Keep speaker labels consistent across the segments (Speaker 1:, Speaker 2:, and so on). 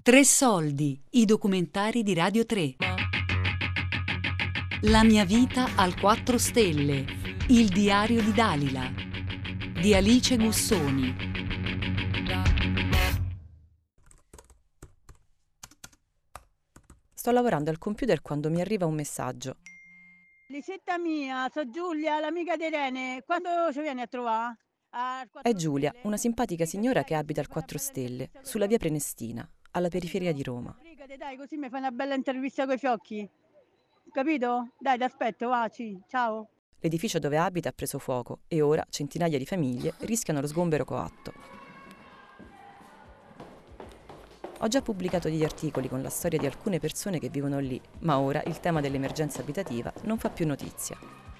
Speaker 1: Tre soldi, i documentari di Radio 3. La mia vita al 4 stelle, il diario di Dalila, di Alice Gussoni.
Speaker 2: Sto lavorando al computer quando mi arriva un messaggio.
Speaker 3: Lisetta mia, sono Giulia, l'amica di Irene. Quando ci vieni a trovare?
Speaker 2: È Giulia, una simpatica signora che abita al 4 Stelle, sulla via Prenestina, alla periferia di Roma.
Speaker 3: Dai, così mi fai una bella intervista coi fiocchi. Capito? Dai, ti aspetto, va, ciao.
Speaker 2: L'edificio dove abita ha preso fuoco e ora centinaia di famiglie rischiano lo sgombero coatto. Ho già pubblicato degli articoli con la storia di alcune persone che vivono lì, ma ora il tema dell'emergenza abitativa non fa più notizia.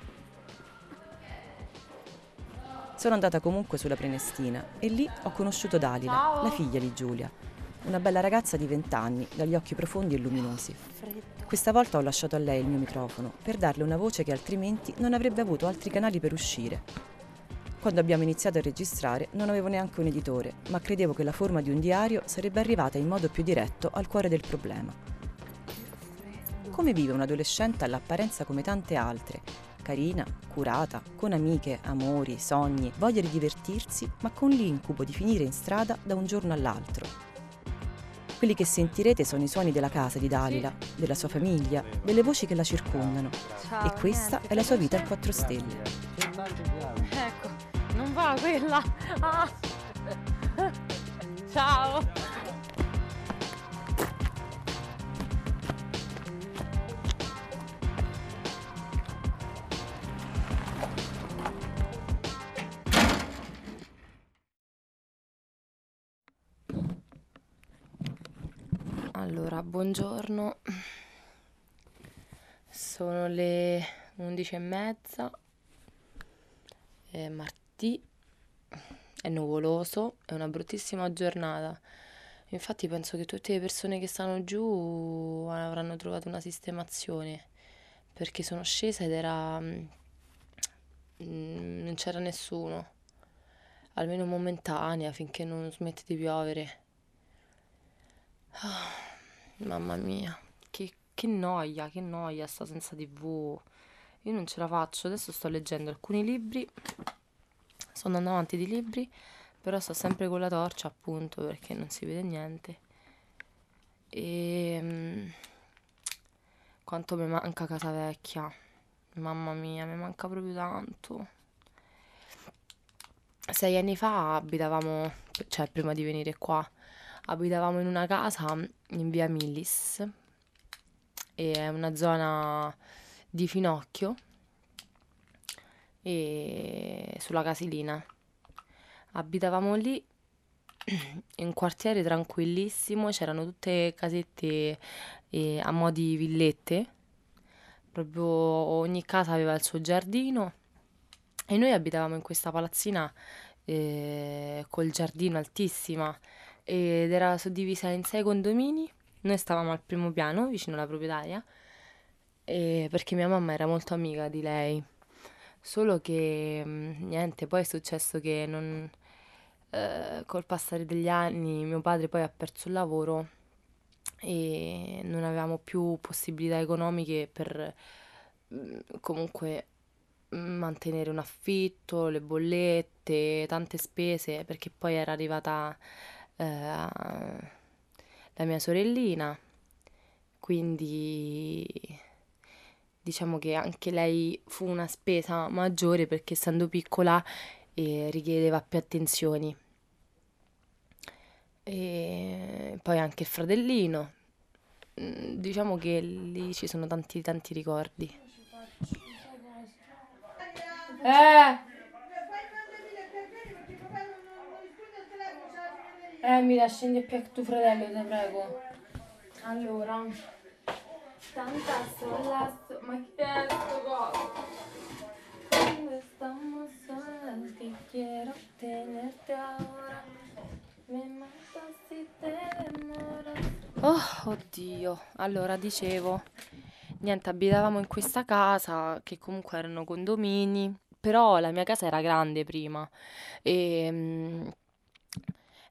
Speaker 2: Sono andata comunque sulla Prenestina e lì ho conosciuto Dalila, la figlia di Giulia, una bella ragazza di 20 anni, dagli occhi profondi e luminosi. Questa volta ho lasciato a lei il mio microfono per darle una voce che altrimenti non avrebbe avuto altri canali per uscire. Quando abbiamo iniziato a registrare non avevo neanche un editore, ma credevo che la forma di un diario sarebbe arrivata in modo più diretto al cuore del problema. Come vive un adolescente all'apparenza come tante altre, carina, curata, con amiche, amori, sogni, voglia di divertirsi, ma con l'incubo di finire in strada da un giorno all'altro. Quelli che sentirete sono i suoni della casa di Dalila, della sua famiglia, delle voci che la circondano.
Speaker 4: Ciao,
Speaker 2: E questa è la sua vita al 4 stelle.
Speaker 4: Ecco, non va quella. Ah. Ciao. Allora, buongiorno. Sono le 11:30. È martedì. È nuvoloso, è una bruttissima giornata. Infatti penso che tutte le persone che stanno giù avranno trovato una sistemazione, perché sono scesa ed non c'era nessuno, almeno momentanea, finché non smette di piovere. Mamma mia, che noia sta senza TV. Io non ce la faccio. Adesso sto leggendo alcuni libri, sto andando avanti di libri, però sto sempre con la torcia, appunto, perché non si vede niente. E quanto mi manca casa vecchia. Mamma mia, mi manca proprio tanto. 6 anni fa abitavamo, cioè prima di venire qua, abitavamo in una casa in via Millis, e è una zona di Finocchio, e sulla Casilina. Abitavamo lì in un quartiere tranquillissimo, c'erano tutte casette a mo' di villette, proprio ogni casa aveva il suo giardino, e noi abitavamo in questa palazzina col giardino altissima, ed era suddivisa in 6 condomini. Noi stavamo al primo piano vicino alla proprietaria, perché mia mamma era molto amica di lei. Solo che niente, poi è successo che col passare degli anni mio padre poi ha perso il lavoro e non avevamo più possibilità economiche per comunque mantenere un affitto, le bollette, tante spese, perché poi era arrivata la mia sorellina, quindi diciamo che anche lei fu una spesa maggiore, perché essendo piccola richiedeva più attenzioni. E poi anche il fratellino. Diciamo che lì ci sono tanti ricordi. Mi lasci in più tuo fratello, ti prego. Allora, tanta sola, ma che è sto coso? Quando estamos solas, que quiero tenerte ahora. Me matas si te demoras. Oh, oddio. Allora, dicevo, niente, abitavamo in questa casa, che comunque erano condomini, però la mia casa era grande prima, e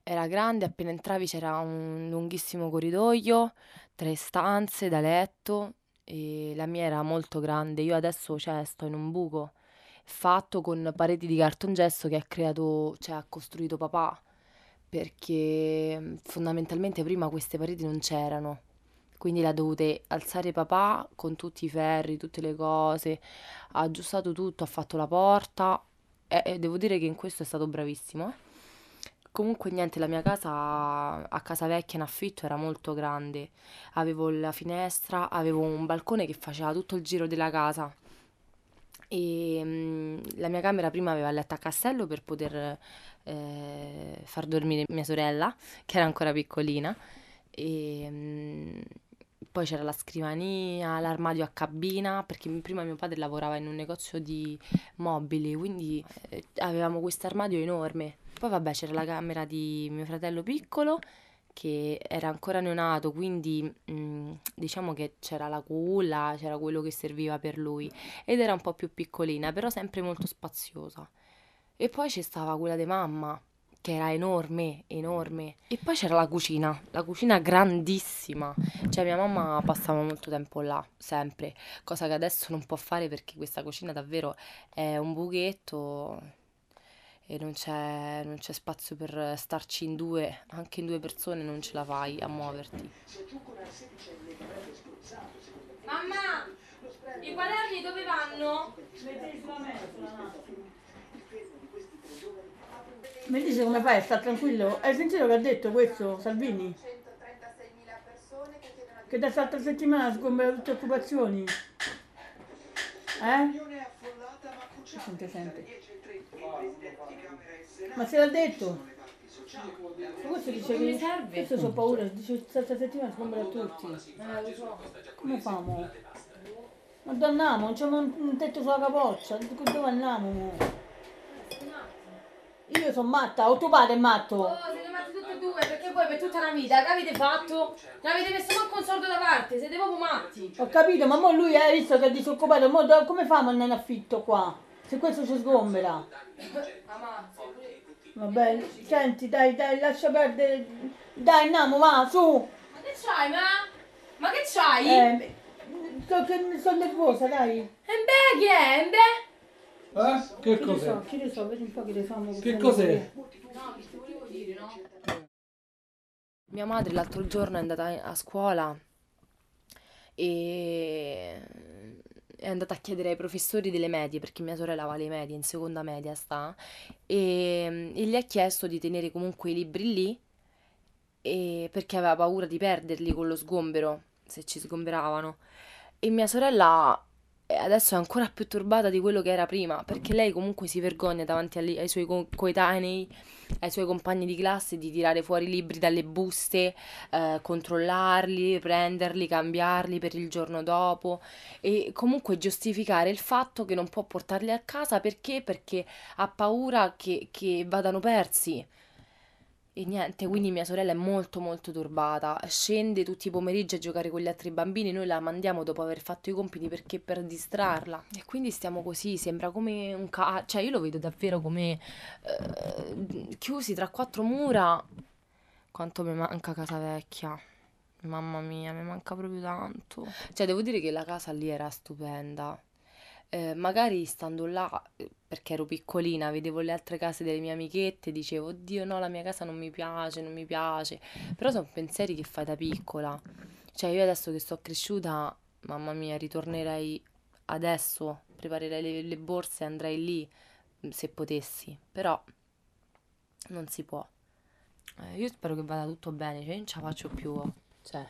Speaker 4: Era grande, appena entravi c'era un lunghissimo corridoio, 3 stanze da letto e la mia era molto grande. Io adesso, cioè, sto in un buco fatto con pareti di cartongesso che ha creato, cioè ha costruito papà, perché fondamentalmente prima queste pareti non c'erano. Quindi l'ha dovute alzare papà con tutti i ferri, tutte le cose, ha aggiustato tutto, ha fatto la porta e devo dire che in questo è stato bravissimo. Comunque niente, la mia casa a Casavecchia in affitto era molto grande. Avevo la finestra, avevo un balcone che faceva tutto il giro della casa. E la mia camera prima aveva il letto a castello per poter far dormire mia sorella, che era ancora piccolina. E poi c'era la scrivania, l'armadio a cabina, perché prima mio padre lavorava in un negozio di mobili, quindi avevamo questo armadio enorme. Poi vabbè c'era la camera di mio fratello piccolo che era ancora neonato, quindi diciamo che c'era la culla, c'era quello che serviva per lui ed era un po' più piccolina, però sempre molto spaziosa. E poi c'è stava quella di mamma, che era enorme, enorme. E poi c'era la cucina grandissima. Cioè mia mamma passava molto tempo là, sempre, cosa che adesso non può fare perché questa cucina davvero è un buchetto e non c'è spazio per starci in due, anche in 2 persone non ce la fai a muoverti. Mamma, i quaderni dove vanno?
Speaker 3: Mi dice come fai a stare tranquillo? Hai sentito che ha detto questo Salvini? Che da quest'altra settimana sgombera tutte le occupazioni. Sente. Ma se l'ha detto? Ma questo dice che
Speaker 4: serve?
Speaker 3: questo ho paura, dice che questa settimana sgombera tutti.
Speaker 4: Lo so.
Speaker 3: Come famo? Ma dove andiamo? Non c'è un tetto sulla capoccia, dove andiamo? Mo? Io sono matta, o tuo padre è matto?
Speaker 4: Oh, siete matti tutti e due, perché voi per tutta una vita che avete fatto? Non avete messo manco un soldo da parte, siete proprio matti.
Speaker 3: Ho capito, ma mo lui ha visto che è disoccupato, mo come famo a andare in affitto qua? Se questo ci sgombera. Vabbè, senti, dai, lascia perdere. Dai, andiamo, va, su.
Speaker 4: Ma che c'hai, ma? Ma che c'hai?
Speaker 3: Sono nervosa, dai.
Speaker 4: E beh, chi è? E beh?
Speaker 5: Che
Speaker 3: Chi
Speaker 5: cos'è?
Speaker 3: ne so, vedi un po' che le famo.
Speaker 5: Che cos'è?
Speaker 4: No, che ti volevo dire, no? Mia madre l'altro giorno è andata a scuola e è andata a chiedere ai professori delle medie, perché mia sorella va alle medie, in seconda media sta, e gli ha chiesto di tenere comunque i libri lì perché aveva paura di perderli con lo sgombero, se ci sgomberavano. E mia sorella adesso è ancora più turbata di quello che era prima, perché lei comunque si vergogna davanti ai suoi coetanei, ai suoi compagni di classe di tirare fuori i libri dalle buste, controllarli, prenderli, cambiarli per il giorno dopo e comunque giustificare il fatto che non può portarli a casa perché ha paura che vadano persi. E niente, quindi mia sorella è molto molto turbata, scende tutti i pomeriggi a giocare con gli altri bambini, noi la mandiamo dopo aver fatto i compiti perché per distrarla. E quindi stiamo così, sembra come cioè io lo vedo davvero come chiusi tra 4 mura. Quanto mi manca Casavecchia. Mamma mia, mi manca proprio tanto. Cioè devo dire che la casa lì era stupenda. Magari stando là, perché ero piccolina, vedevo le altre case delle mie amichette, dicevo, oddio no, la mia casa non mi piace, non mi piace. Però sono pensieri che fai da piccola. Cioè io adesso che sto cresciuta, mamma mia, ritornerei adesso, preparerei le borse e andrei lì, se potessi. Però non si può. Io spero che vada tutto bene, cioè io non ce la faccio più. Cioè.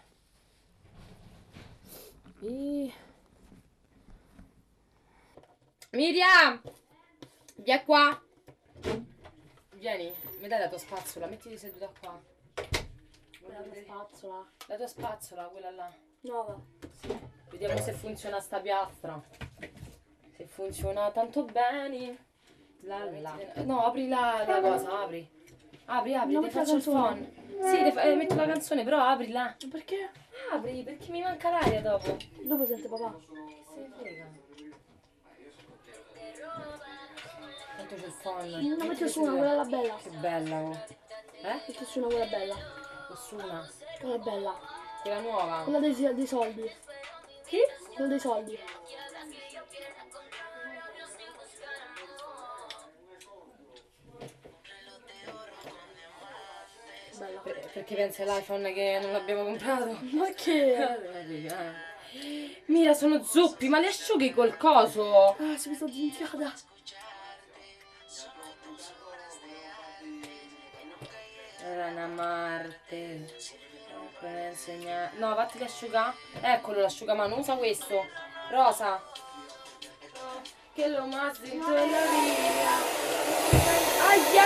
Speaker 4: Miriam! Vieni qua! Vieni, mi dai la tua spazzola, mettiti seduta qua.
Speaker 6: La tua spazzola.
Speaker 4: La tua spazzola, quella là.
Speaker 6: Nuova.
Speaker 4: Vediamo se funziona sta piastra. Se funziona tanto bene. No, apri la cosa, apri. Apri,
Speaker 6: No,
Speaker 4: ti
Speaker 6: metti la
Speaker 4: faccio il
Speaker 6: canzone.
Speaker 4: phone. Sì, metto la canzone, però apri là.
Speaker 6: Perché?
Speaker 4: Apri, perché mi manca l'aria dopo.
Speaker 6: Dopo sente papà.
Speaker 4: Se ne frega. Tanto c'è il phone.
Speaker 6: Non metti su una, quella là bella.
Speaker 4: Che bella, oh.
Speaker 6: Perché su una quella bella.
Speaker 4: Nessuna.
Speaker 6: Quella bella.
Speaker 4: Quella nuova.
Speaker 6: Quella dei soldi.
Speaker 4: Chi?
Speaker 6: Quella dei soldi. Bella.
Speaker 4: Perché pensa l'iPhone che non l'abbiamo comprato?
Speaker 6: Ma che?
Speaker 4: Mira, sono zuppi, ma li asciughi col coso?
Speaker 6: Ah, si mi sta dimenticata.
Speaker 4: Era una Marte. No, vattene asciugare. Eccolo l'asciugamano, usa questo. Rosa. Che lo mazzi in tua via. Aia!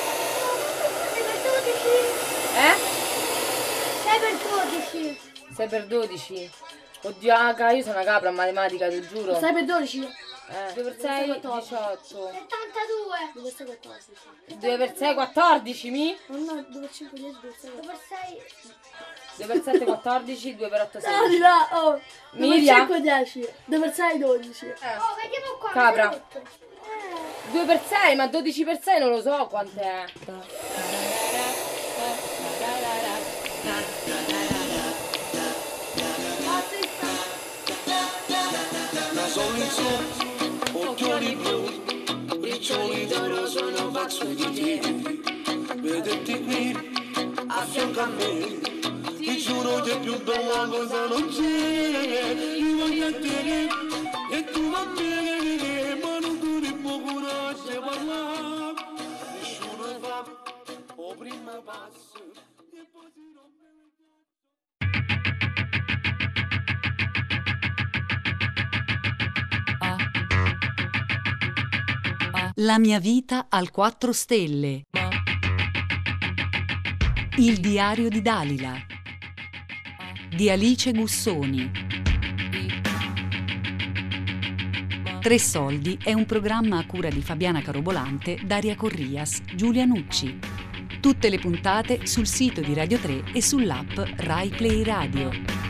Speaker 4: 6 per 12. Oddio, raga, io sono una capra a matematica, ti giuro.
Speaker 6: 6 per 12.
Speaker 4: 2 per 6, 18.
Speaker 6: 72. 2 per 6, 14.
Speaker 4: 2 per 6, 14, mi?
Speaker 6: No, 2 per 5, 10, 2 per 6.
Speaker 4: 2 per 7, 14, 2 per 8, 16.
Speaker 6: Dai, là, oh. 2 per
Speaker 4: Miglia?
Speaker 6: 5, 10. 2 per 6, 12.
Speaker 5: Vediamo qua.
Speaker 4: Capra. 2 per 6, ma 12 per 6 non lo so quant'è.
Speaker 7: Nasoli su, occhiali blu, bricioli d'oro sono pazzo di te. Vederti qui, a fianco a me, ti giuro che più bella cosa non c'è. Io voglio te e tu va bene, ma non duri poco nasce parlare. Nessuno fa, o prima passo, e poi si rompe.
Speaker 1: La mia vita al 4 stelle. Il diario di Dalila di Alice Gussoni. Tre soldi è un programma a cura di Fabiana Carobolante, Daria Corrias, Giulia Nucci. Tutte le puntate sul sito di Radio 3 e sull'app Rai Play Radio.